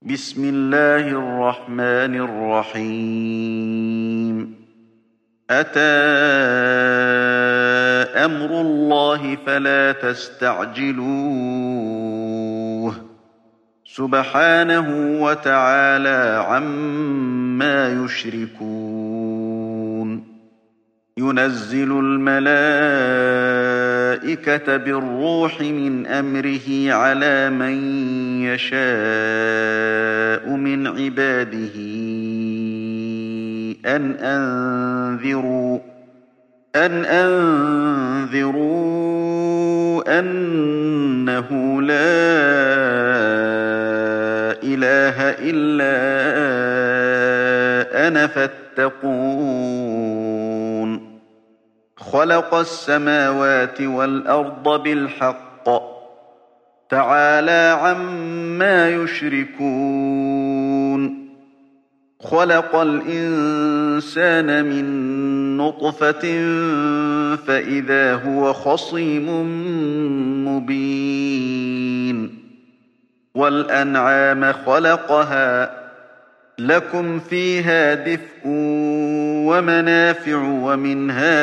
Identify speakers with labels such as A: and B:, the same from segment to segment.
A: بسم الله الرحمن الرحيم. أتى أمر الله فلا تستعجلوه سبحانه وتعالى عما يشركون. ينزل الملائكة بالروح من أمره على من يشاء من عباده أن أنذروا أنه لا إله إلا أنا فاتقون. خلق السماوات والأرض بالحق تعالى عما يشركون. خلق الإنسان من نطفة فإذا هو خصيم مبين. والأنعام خلقها لكم فيها دفء ومنافع ومنها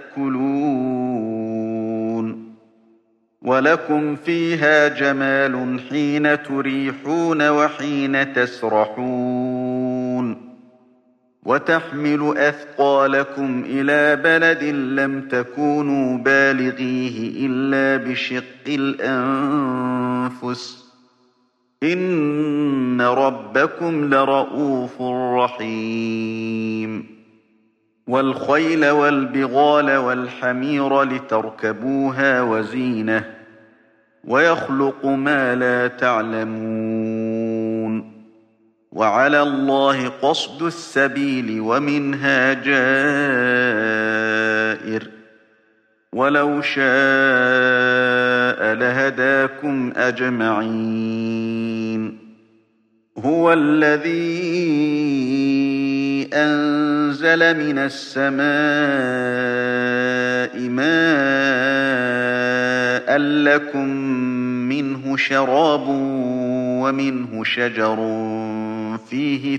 A: تأكلون. ولكم فيها جمال حين تريحون وحين تسرحون. وتحمل أثقالكم إلى بلد لم تكونوا بالغيه إلا بشق الأنفس إن ربكم لرءوف رحيم. والخيل والبغال والحمير لتركبوها وزينة ويخلق ما لا تعلمون. وعلى الله قصد السبيل ومنها جائر ولو شاء لهداكم أجمعين. هو الذي أنزل من السماء ماء لكم منه شراب ومنه شجر فيه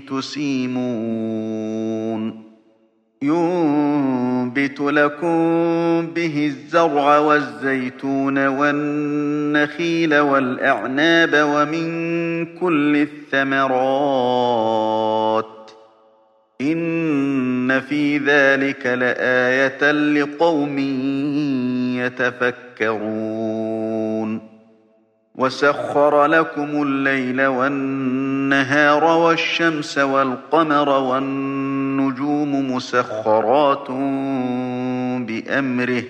A: تسيمون. ينبت لكم به الزرع والزيتون والنخيل والأعناب ومن كل الثمرات إن في ذلك لآية لقوم يتفكرون. وسخر لكم الليل والنهار والشمس والقمر والنجوم مسخرات بأمره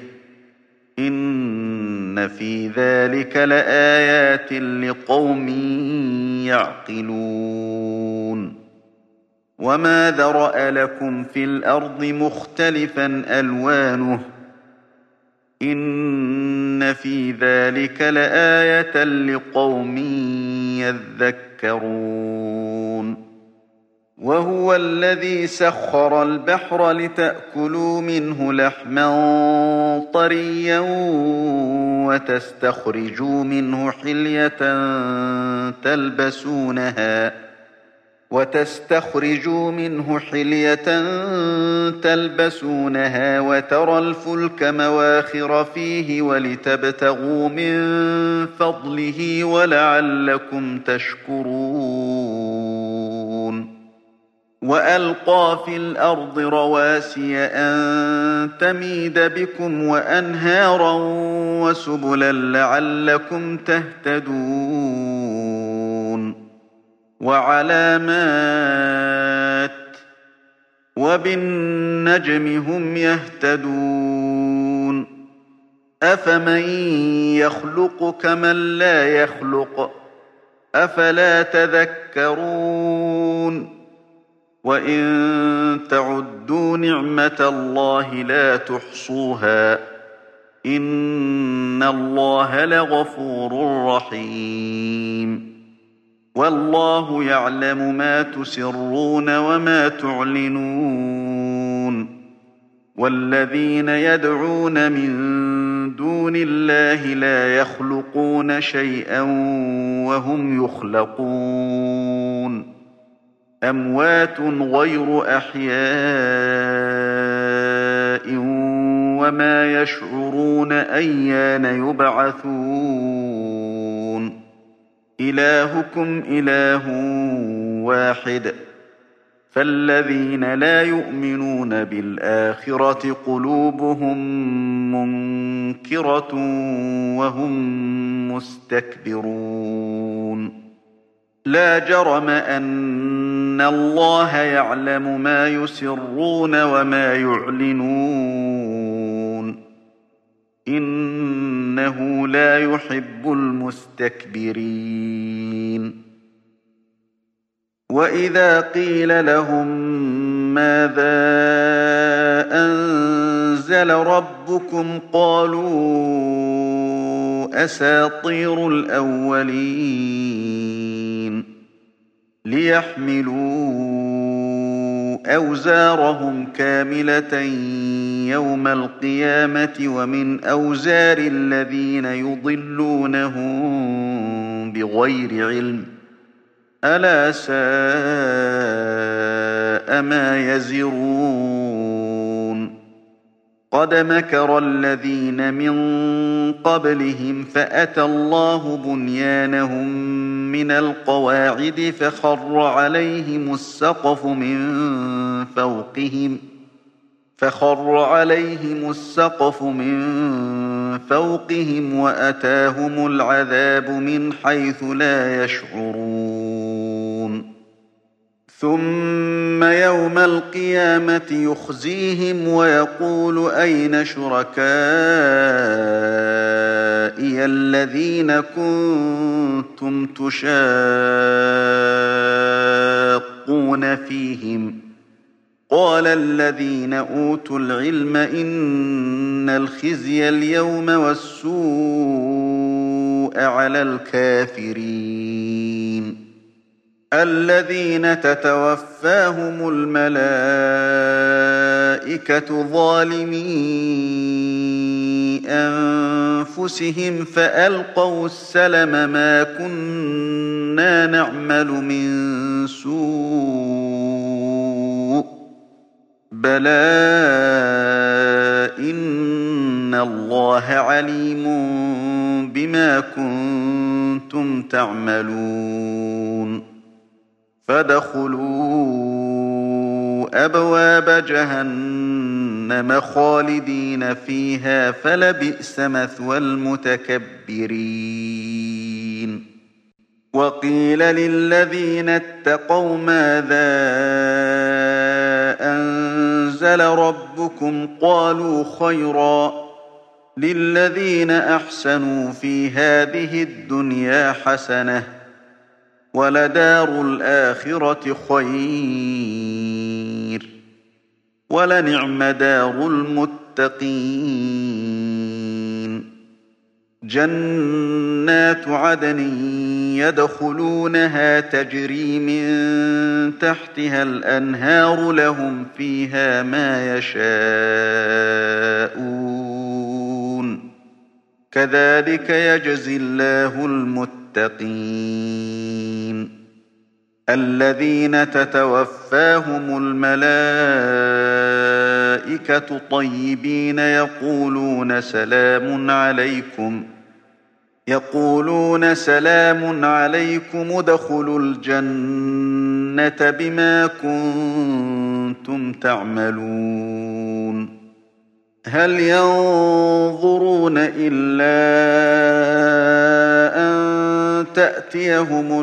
A: إن في ذلك لآيات لقوم يعقلون. وما ذرأ لكم في الأرض مختلفا ألوانه إن في ذلك لآية لقوم يذكرون. وهو الذي سخر البحر لتأكلوا منه لحما طريا وتستخرجوا منه حلية تلبسونها وترى الفلك مواخر فيه ولتبتغوا من فضله ولعلكم تشكرون. وألقى في الأرض رواسي أن تميد بكم وأنهارا وسبلا لعلكم تهتدون. وعلامات وبالنجم هم يهتدون. أفمن يخلق كمن لا يخلق أفلا تذكرون. وإن تعدوا نعمة الله لا تحصوها إن الله لغفور رحيم. والله يعلم ما تسرون وما تعلنون. والذين يدعون من دون الله لا يخلقون شيئا وهم يخلقون. أموات غير أحياء وما يشعرون أيان يبعثون إلهكم إله واحد فالذين لا يؤمنون بالآخرة قلوبهم منكرة وهم مستكبرون لا جرم أن الله يعلم ما يسرون وما يعلنون إنه لا يحب المستكبرين وإذا قيل لهم ماذا أنزل ربكم قالوا أساطير الأولين ليحملوا أوزارهم كاملة يوم القيامة ومن أوزار الذين يضلونهم بغير علم ألا ساء ما يزرون قد مكر الذين من قبلهم فأتى الله بنيانهم من القواعد فخر عليهم السقف من فوقهم وأتاهم العذاب من حيث لا يشعرون ثم يوم القيامة يخزيهم ويقول أين شركائي الذين كنتم تشاقون فيهم قال الذين أوتوا العلم إن الخزي اليوم والسوء على الكافرين الذين تتوفاهم الملائكة ظالمي أنفسهم فألقوا السلم ما كنا نعمل من سوء بلى إن الله عليم بما كنتم تعملون فادخلوا أبواب جهنم خالدين فيها فلبئس مثوى المتكبرين وقيل للذين اتقوا ماذا أنزل ربكم قالوا خيرا للذين أحسنوا في هذه الدنيا حسنة ولدار الآخرة خير ولنعم دار المتقين جنات عدن يدخلونها تجري من تحتها الأنهار لهم فيها ما يشاءون كذلك يجزي الله المتقين الذين تتوفاهم الملائكة طيبين يقولون سلام عليكم ادخلوا الجنة بما كنتم تعملون هل ينظرون إلا أن تأتيهم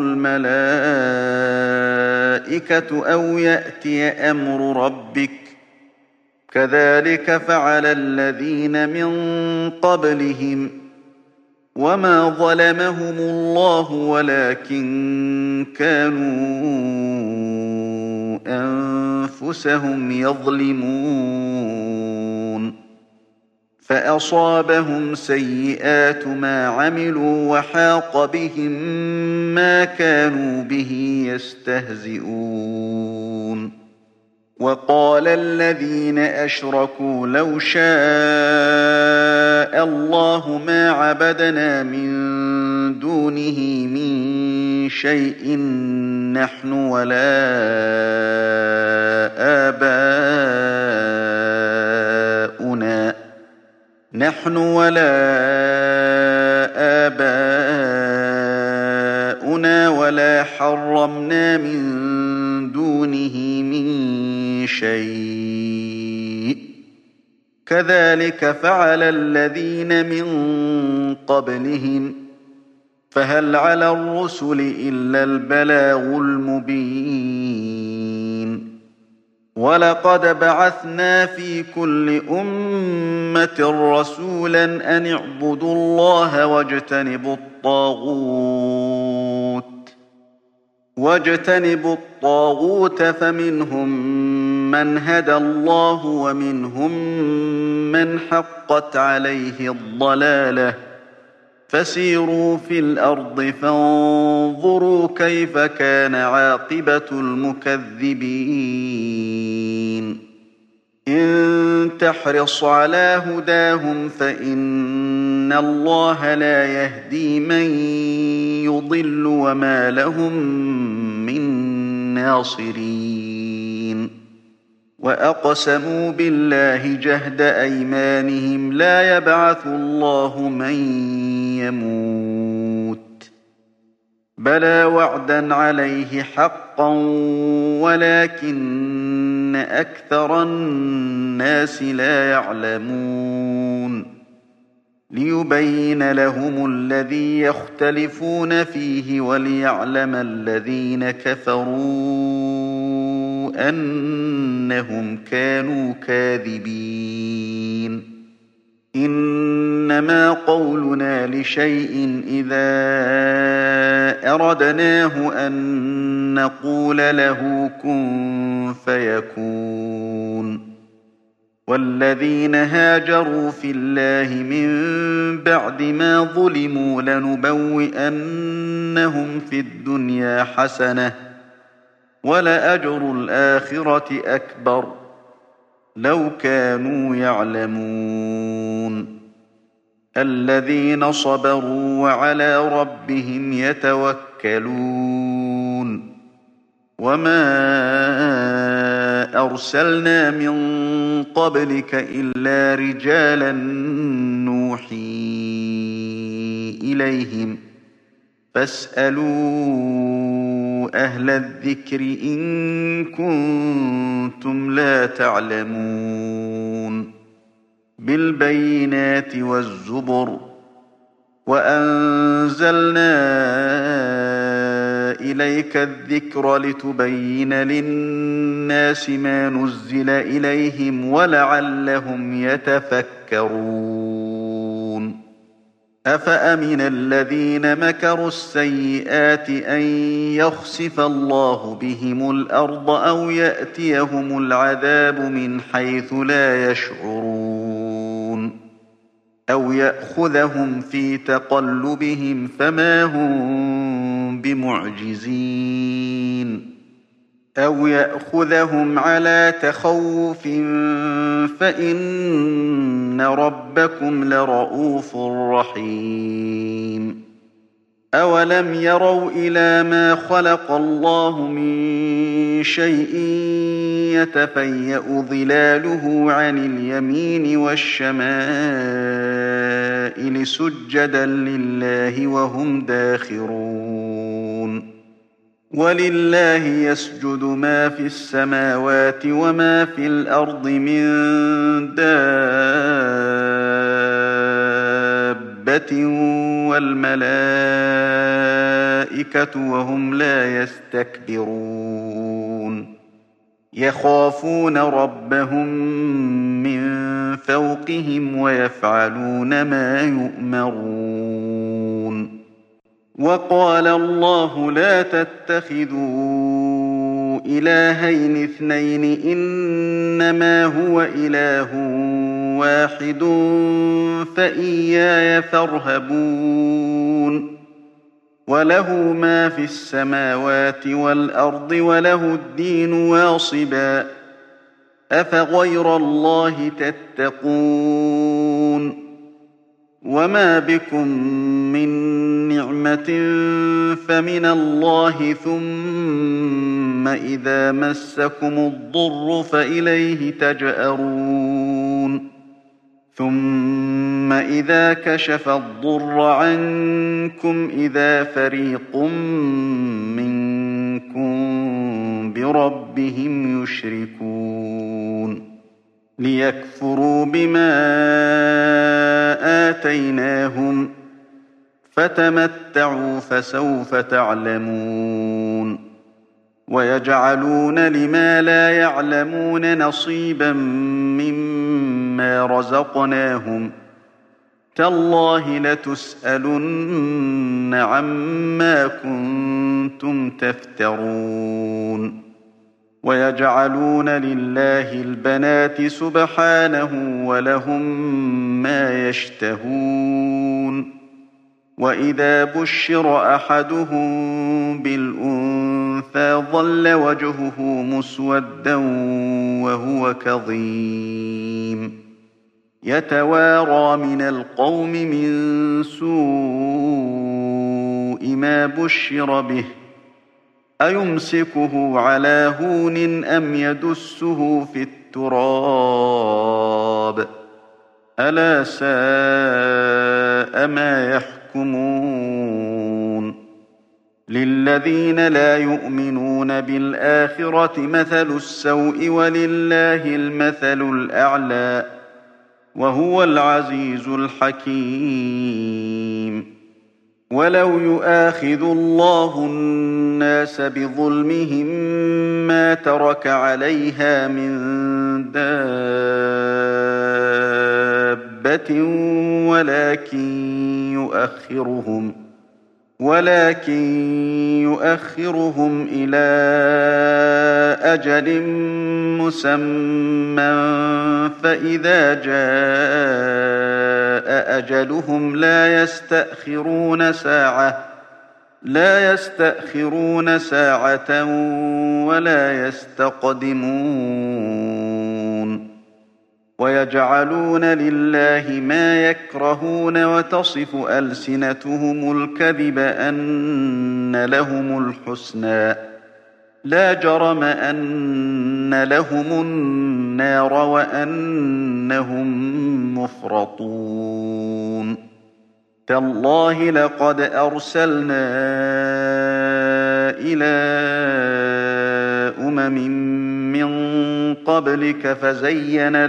A: الملائكة أو يأتي أمر ربك كذلك فعل الذين من قبلهم وما ظلمهم الله ولكن كانوا أنفسهم يظلمون فأصابهم سيئات ما عملوا وحاق بهم ما كانوا به يستهزئون وقال الذين أشركوا لو شاء الله ما عبدنا من دونه من شيء نحن ولا آباؤنا ولا حرمنا من دونه من شيء كذلك فعل الذين من قبلهم فهل على الرسل إلا البلاغ المبين ولقد بعثنا في كل أمة رسولا أن اعبدوا الله واجتنبوا الطاغوت فمنهم من هدى الله ومنهم من حقت عليه الضلالة فسيروا في الأرض فانظروا كيف كان عاقبة المكذبين إن تحرص على هداهم فإن الله لا يهدي من يضل وما لهم من ناصرين وأقسموا بالله جهد أيمانهم لا يبعث الله من يموت بلى وعدا عليه حقا ولكن أكثر الناس لا يعلمون ليبين لهم الذي يختلفون فيه وليعلم الذين كفروا أنهم كانوا كاذبين إنما قولنا لشيء إذا أردناه أن نقول له كن فيكون والذين هاجروا في الله من بعد ما ظلموا لنبوئنهم في الدنيا حسنة ولأجر الآخرة أكبر لو كانوا يعلمون الذين صبروا وعلى ربهم يتوكلون وما أرسلنا من قبلك إلا رجالا نوحي إليهم فاسألوا أهل الذكر إن كنتم لا تعلمون بالبينات والزبر وأنزلنا إليك الذكر لتبين للناس ما نزل إليهم ولعلهم يتفكرون أفأمن الذين مكروا السيئات أن يخسف الله بهم الأرض أو يأتيهم العذاب من حيث لا يشعرون أو يأخذهم في تقلبهم فما هم بمعجزين أو يأخذهم على تخوف فإن ربكم لرءوف رحيم أولم يروا إلى ما خلق الله من شيء يتفيأ ظلاله عن اليمين والشمائل سجدا لله وهم داخرون ولله يسجد ما في السماوات وما في الأرض من دابة والملائكة وهم لا يستكبرون يخافون ربهم من فوقهم ويفعلون ما يؤمرون وقال الله لا تتخذوا إلهين اثنين إنما هو إله واحد فإياي فارهبون وله ما في السماوات والأرض وله الدين واصبا أفغير الله تتقون وما بكم من نعمة فمن الله ثم إذا مسكم الضر فإليه تجأرون ثم إذا كشف الضر عنكم إذا فريق منكم بربهم يشركون ليكفروا بما آتيناهم فتمتعوا فسوف تعلمون ويجعلون لما لا يعلمون نصيبا مما رزقناهم تالله لتسألن عما كنتم تفترون ويجعلون لله البنات سبحانه ولهم ما يشتهون وإذا بشر أحدهم بالأنثى ظل وجهه مسودا وهو كظيم يتوارى من القوم من سوء ما بشر به أيمسكه على هون أم يدسه في التراب ألا ساء ما يحكمون للذين لا يؤمنون بالآخرة مثل السوء ولله المثل الأعلى وهو العزيز الحكيم ولو يؤاخذ الله الناس بظلمهم ما ترك عليها من دابة ولكن يؤخرهم إلى أجل مسمى فإذا جاء أجلهم لا يستأخرون ساعة ولا يستقدمون ويجعلون لله ما يكرهون وتصف ألسنتهم الكذب أن لهم الحسنى لا جرم أن لهم النار وأنهم مفرطون تالله لقد أرسلنا إلى من قبلك فزين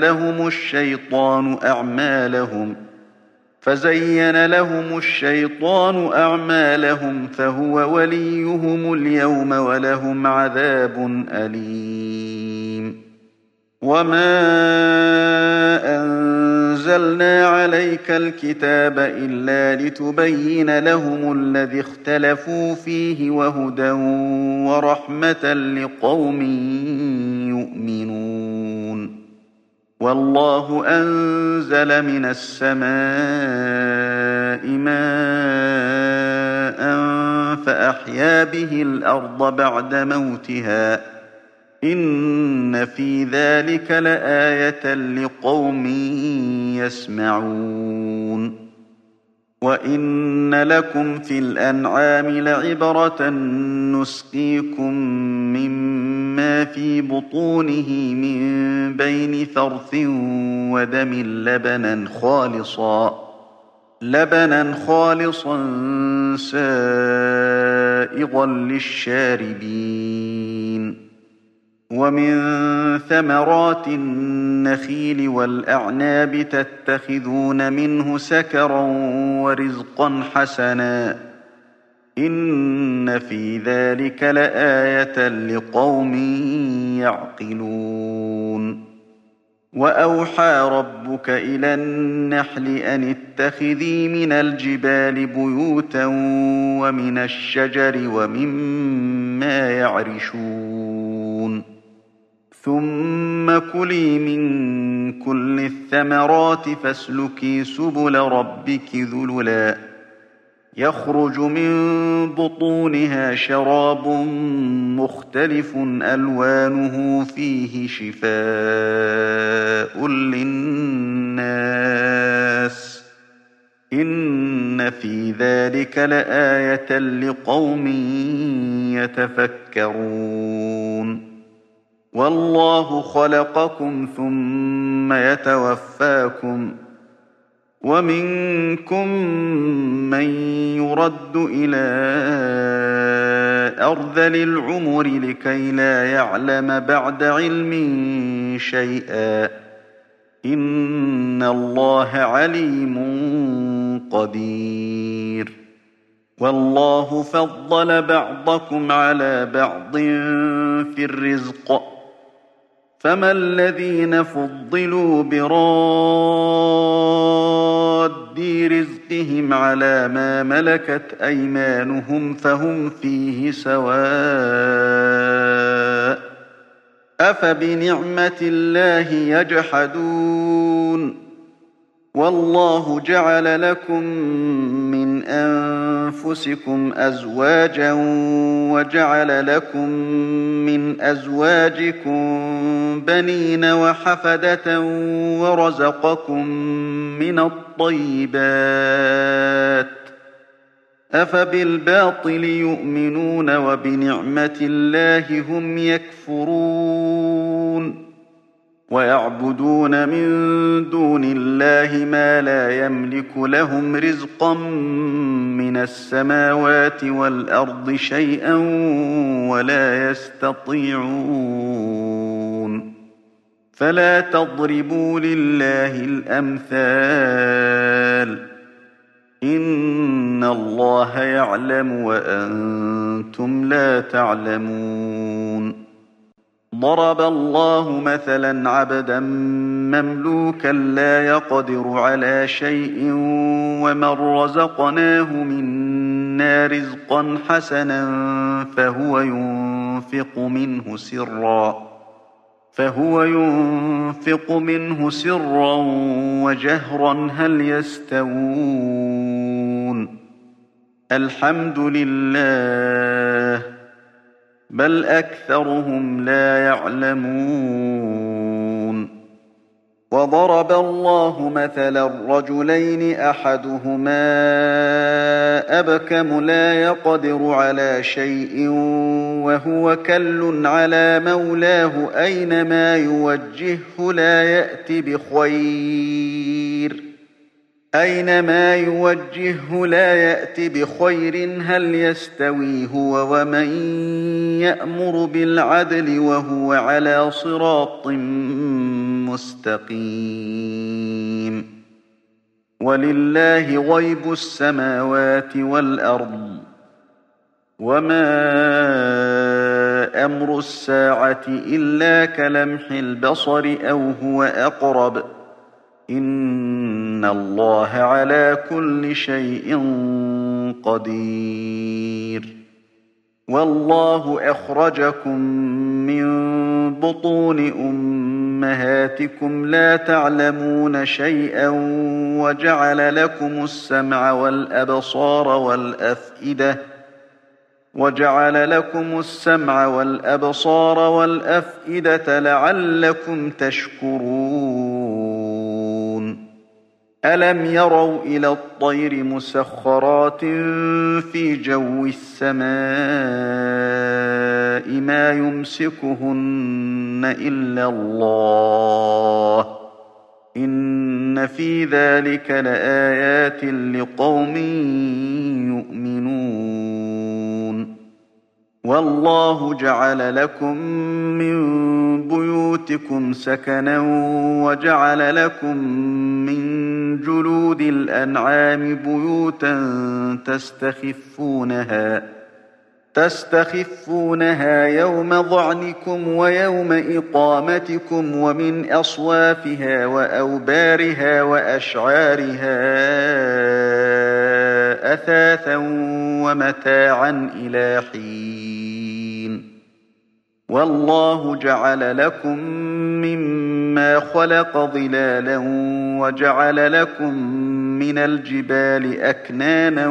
A: لهم الشيطان أعمالهم فهو وليهم اليوم ولهم عذاب أليم وما أنزلنا عليك الكتاب إلا لتبين لهم الذي اختلفوا فيه وهدى ورحمة لقوم يؤمنون والله أنزل من السماء ماء فأحيا به الأرض بعد موتها إن في ذلك لآية لقوم يسمعون وإن لكم في الأنعام لعبرة نسقيكم مما في بطونه من بين فرث ودم لبنا خالصا سائغا للشاربين ومن ثمرات النخيل والأعناب تتخذون منه سكرا ورزقا حسنا إن في ذلك لآية لقوم يعقلون وأوحى ربك إلى النحل أن اتخذي من الجبال بيوتا ومن الشجر ومما يعرشون ثم كلي من كل الثمرات فاسلكي سبل ربك ذللا يخرج من بطونها شراب مختلف ألوانه فيه شفاء للناس إن في ذلك لآية لقوم يتفكرون والله خلقكم ثم يتوفاكم ومنكم من يرد إلى أرذل العمر لكي لا يعلم بعد علم شيئا إن الله عليم قدير والله فضل بعضكم على بعض في الرزق فما الذين فضلوا براد رزقهم على ما ملكت أيمانهم فهم فيه سواء أفبنعمة الله يجحدون والله جعل لكم من أنفسكم أزواجا وجعل لكم من أزواجكم بنين وحفدة ورزقكم من الطيبات أفبالباطل يؤمنون وبنعمة الله هم يكفرون ويعبدون من دون الله ما لا يملك لهم رزقا من السماوات والأرض شيئا ولا يستطيعون فلا تضربوا لله الأمثال إن الله يعلم وأنتم لا تعلمون ضرب الله مثلا عبدا مملوكا لا يقدر على شيء ومن رزقناه منا رزقا حسنا فهو ينفق منه سرا وجهرا هل يستوون الحمد لله بل أكثرهم لا يعلمون وضرب الله مثلا رجلين أحدهما أبكم لا يقدر على شيء وهو كل على مولاه أينما يوجهه لا يأت بخير هل يستوي هو ومن يأمر بالعدل وهو على صراط مستقيم ولله غيب السماوات والأرض وما أمر الساعة إلا كلمح البصر أو هو أقرب إن الله على كل شيء قدير والله أخرجكم من بطون أمهاتكم لا تعلمون شيئا وجعل لكم السمع والأبصار والأفئدة لعلكم تشكرون ألم يروا إلى الطير مسخرات في جو السماء ما يمسكهن إلا الله إن في ذلك لآيات لقوم يؤمنون والله جعل لكم من بيوتكم سكنا وجعل لكم من جلود الأنعام بيوتا تستخفونها يوم ظعنكم ويوم إقامتكم ومن أصوافها وأوبارها وأشعارها أثاثا ومتاعا إلى حين والله جعل لكم مما خلق ظلالا وجعل لكم من الجبال أكنانا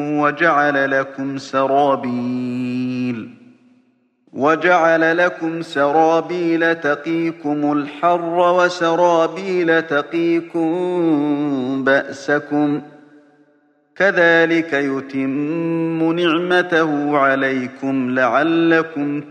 A: وجعل لكم سرابيل تقيكم الحر وسرابيل تقيكم بأسكم كذلك يتم نعمته عليكم لعلكم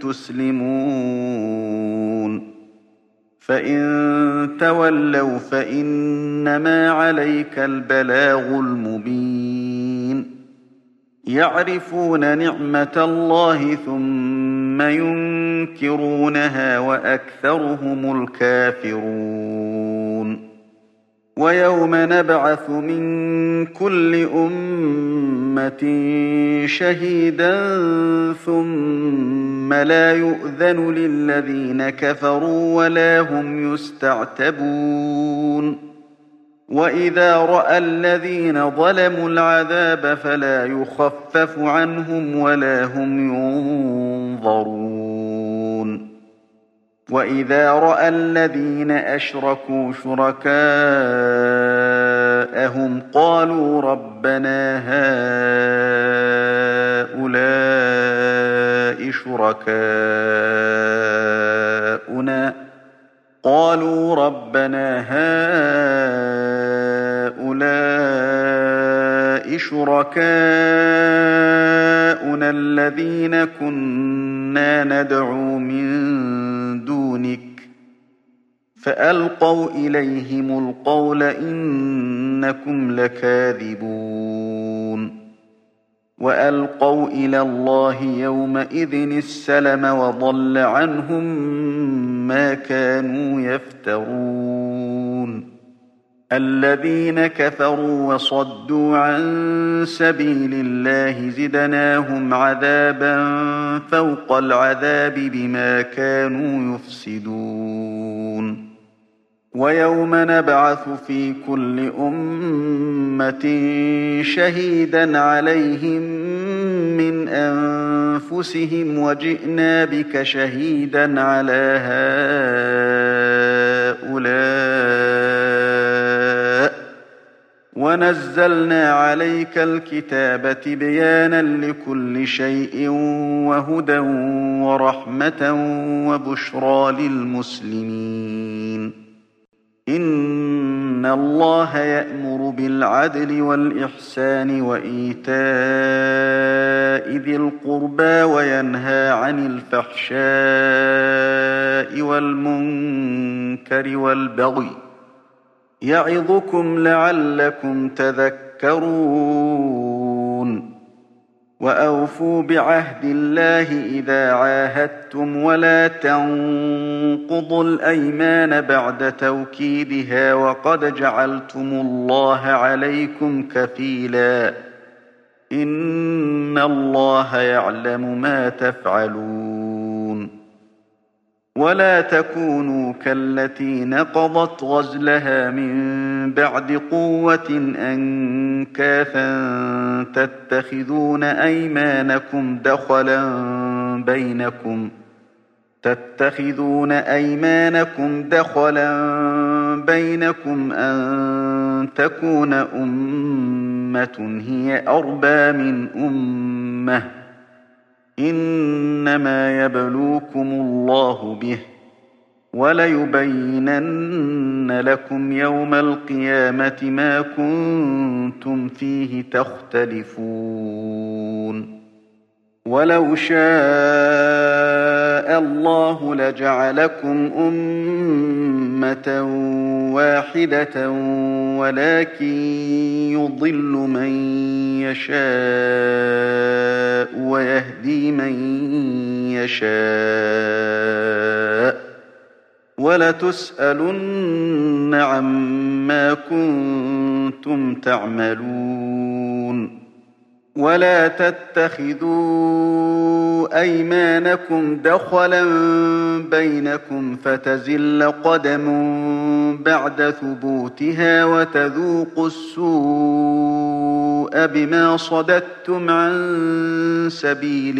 A: تسلمون فإن تولوا فإنما عليك البلاغ المبين يعرفون نعمة الله ثم ينكرونها وأكثرهم الكافرون ويوم نبعث من كل أمة شهيدا ثم لا يؤذن للذين كفروا ولا هم يستعتبون وإذا رأى الذين ظلموا العذاب فلا يخفف عنهم ولا هم ينظرون وإذا رأى الذين أشركوا شركاءهم قالوا ربنا هؤلاء شركاؤنا الذين كنا ندعو من دونك فألقوا إليهم القول إنكم لكاذبون وألقوا إلى الله يومئذ السلم وضل عنهم ما كانوا يفترون الذين كفروا وصدوا عن سبيل الله زدناهم عذابا فوق العذاب بما كانوا يفسدون ويوم نبعث في كل أمة شهيدا عليهم من أنفسهم وجئنا بك شهيدا على هؤلاء ونزلنا عليك الكتاب تبيانا لكل شيء وهدى ورحمة وبشرى للمسلمين إن الله يأمر بالعدل والإحسان وإيتاء ذي القربى وينهى عن الفحشاء والمنكر والبغي يعظكم لعلكم تذكرون وأوفوا بعهد الله إذا عاهدتم ولا تنقضوا الأيمان بعد توكيدها وقد جعلتم الله عليكم كفيلا إن الله يعلم ما تفعلون ولا تكونوا كالتي نقضت غزلها من بعد قوة أنكاثا تتخذون أيمانكم دخلا بينكم أن تكون أمة هي أربى من أمة إنما يبلوكم الله به وليبينن لكم يوم القيامة ما كنتم فيه تختلفون ولو شاء الله لجعلكم أمة واحدة ولكن يضل من يشاء ويهدي من يشاء ولتسألن عما كنتم تعملون ولا تتخذوا أيمانكم دخلا بينكم فتزل قدم بعد ثبوتها وتذوقوا السوء بما صددتم عن سبيل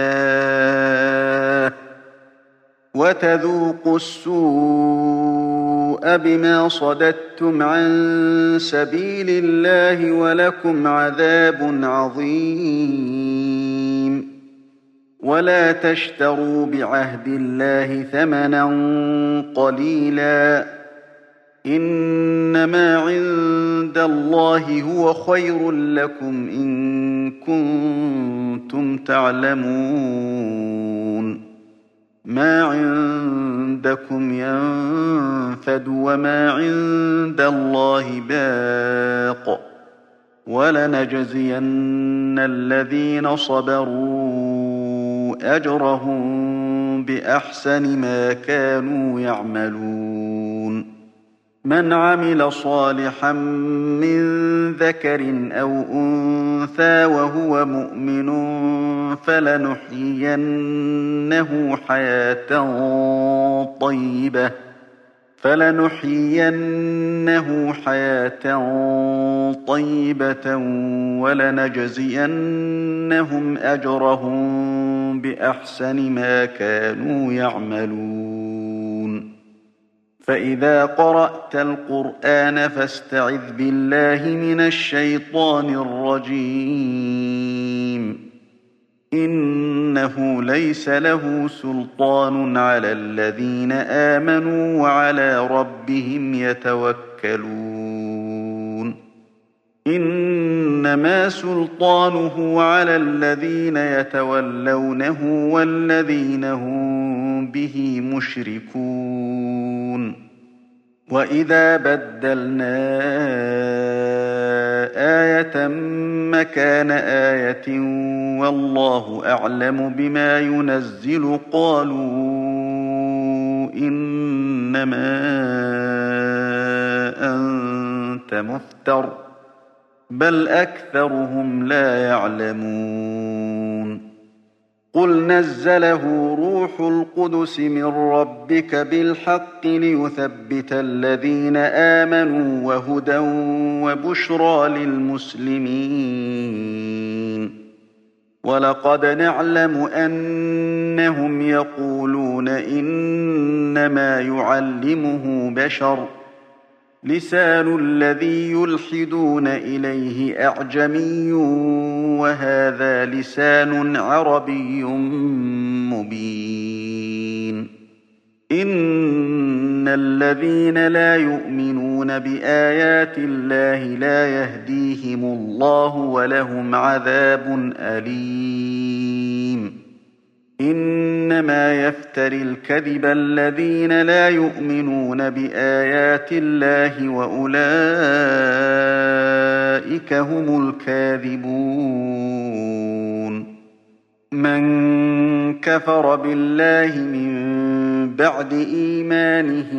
A: الله ولكم عذاب عظيم ولا تشتروا بعهد الله ثمنا قليلا إنما عند الله هو خير لكم إن كنتم تعلمون ما عندكم ينفد وما عند الله باق ولنجزين الذين صبروا أجرهم بأحسن ما كانوا يعملون من عمل صالحا من ذكر أو أنثى وهو مؤمن فلنحيينه حياة طيبة ولنجزينهم أجرهم بأحسن ما كانوا يعملون فإذا قرأت القرآن فاستعذ بالله من الشيطان الرجيم إنه ليس له سلطان على الذين آمنوا وعلى ربهم يتوكلون إنما سلطانه على الذين يتولونه والذين هم به مشركون وإذا بدلنا آية مكان آية والله أعلم بما ينزل قالوا إنما أنت مفتر بل أكثرهم لا يعلمون قل نزله روح القدس من ربك بالحق ليثبت الذين آمنوا وهدى وبشرى للمسلمين ولقد نعلم أنهم يقولون إنما يعلمه بشر لسان الذي يلحدون إليه أعجمي وهذا لسان عربي مبين إن الذين لا يؤمنون بآيات الله لا يهديهم الله ولهم عذاب أليم إنما يفتري الكذب الذين لا يؤمنون بآيات الله وأولئك هم الكاذبون من كفر بالله من بعد إيمانه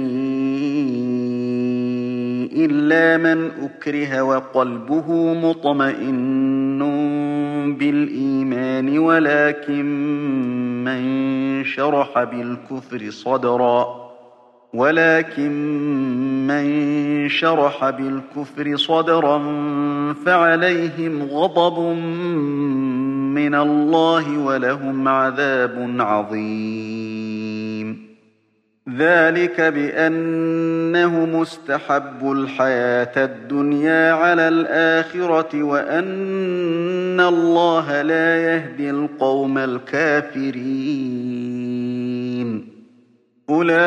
A: إلا من أكره وقلبه مطمئن بالإيمان ولكن من شرح بالكفر صدرا فعليهم غضب من الله ولهم عذاب عظيم ذلك بأنهم استحبوا الحياة الدنيا على الآخرة وأن الله لا يهدي القوم الكافرين أولئك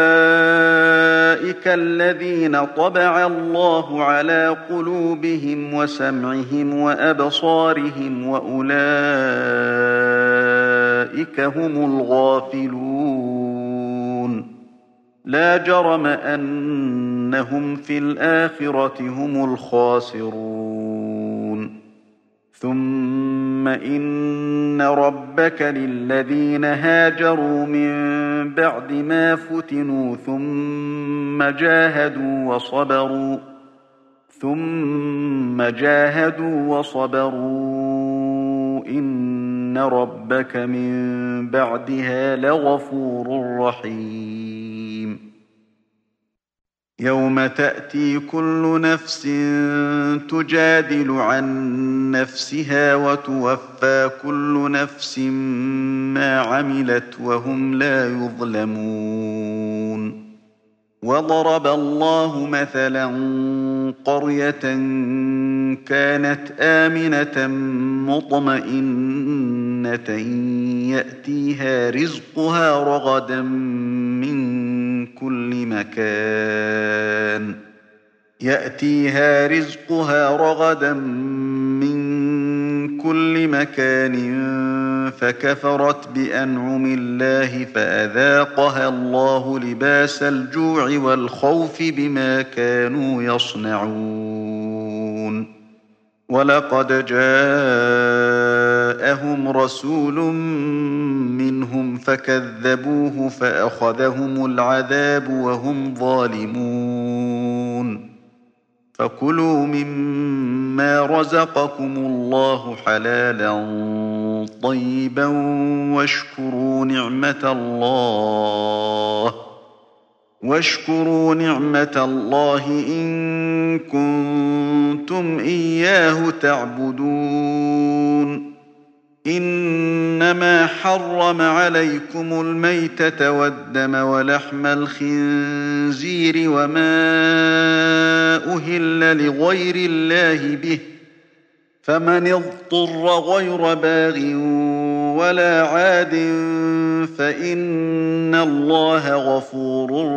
A: الذين طبع الله على قلوبهم وسمعهم وأبصارهم وأولئك هم الغافلون لا جرم أنهم في الآخرة هم الخاسرون ثم إن ربك للذين هاجروا من بعد ما فتنوا ثم جاهدوا وصبروا إن ربك من بعدها لغفور رحيم يوم تأتي كل نفس تجادل عن نفسها وتوفى كل نفس ما عملت وهم لا يظلمون وضرب الله مثلا قرية كانت آمنة مطمئنة يأتيها رزقها رغدا من كل مكان يأتيها رزقها رغدا من كل مكان فكفرت بأنعم الله فأذاقها الله لباس الجوع والخوف بما كانوا يصنعون ولقد جاءهم رسول منهم فكذبوه فأخذهم العذاب وهم ظالمون فكلوا مما رزقكم الله حلالا طيبا واشكروا نعمة الله إن كنتم إياه تعبدون إنما حرم عليكم الميتة والدم ولحم الخنزير وما أهل لغير الله به فمن اضطر غير باغ ولا عاد فإن الله غفور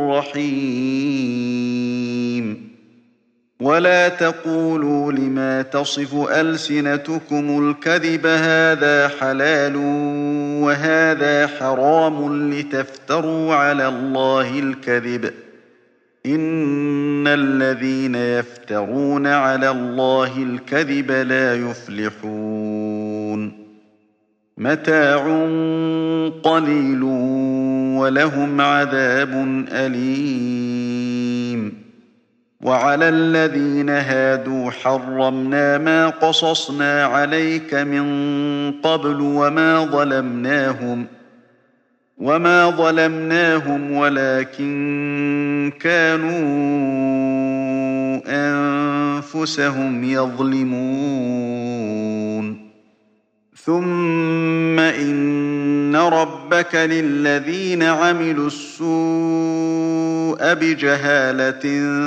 A: رحيم ولا تقولوا لما تصف ألسنتكم الكذب هذا حلال وهذا حرام لتفتروا على الله الكذب إن الذين يفترون على الله الكذب لا يفلحون متاع قليل ولهم عذاب أليم وعلى الذين هادوا حرمنا ما قصصنا عليك من قبل وما ظلمناهم ولكن كانوا أنفسهم يظلمون ثم إن ربك للذين عملوا السوء بجهالة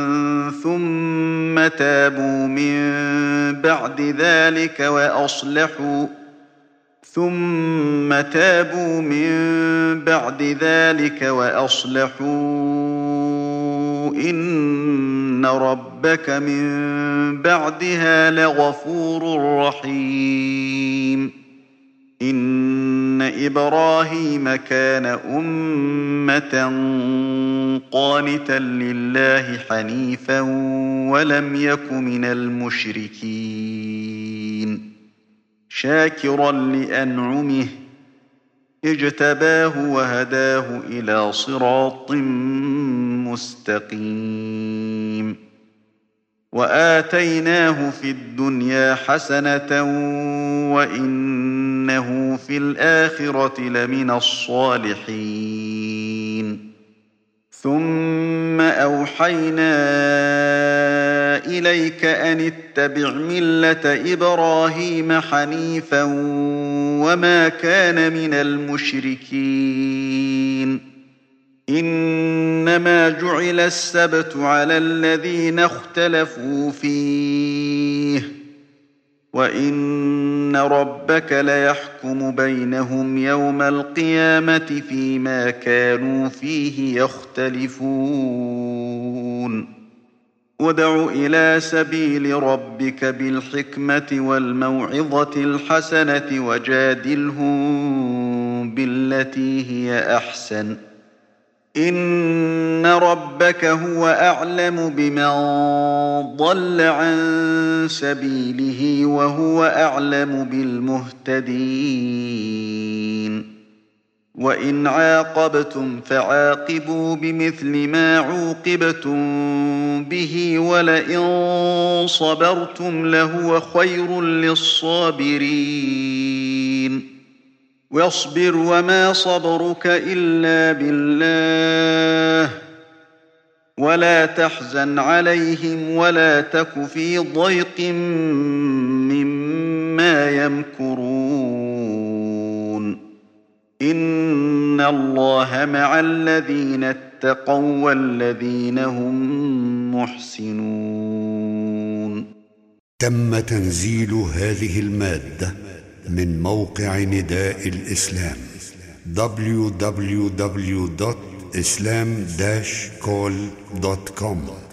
A: ثم تابوا من بعد ذلك وأصلحوا إن ربك من بعدها لغفور رحيم إن إبراهيم كان أمة قانتا لله حنيفا ولم يك من المشركين شاكرا لأنعمه اجتباه وهداه إلى صراط مستقيم وآتيناه في الدنيا حسنة وإنه في الآخرة لمن الصالحين ثم أوحينا إليك أن اتبع ملة إبراهيم حنيفا وما كان من المشركين إنما جعل السبت على الذين اختلفوا فيه وإن ربك ليحكم بينهم يوم القيامة فيما كانوا فيه يختلفون ادع إلى سبيل ربك بالحكمة والموعظة الحسنة وجادلهم بالتي هي أحسن إن ربك هو أعلم بمن ضل عن سبيله وهو أعلم بالمهتدين وإن عاقبتم فعاقبوا بمثل ما عوقبتم به ولئن صبرتم لهو خير للصابرين واصبر وما صبرك إلا بالله ولا تحزن عليهم ولا تك في ضيق مما يمكرون إن الله مع الذين اتقوا والذين هم محسنون.
B: تم تنزيل هذه المادة من موقع نداء الإسلام www.nidaelislam www.islam-call.com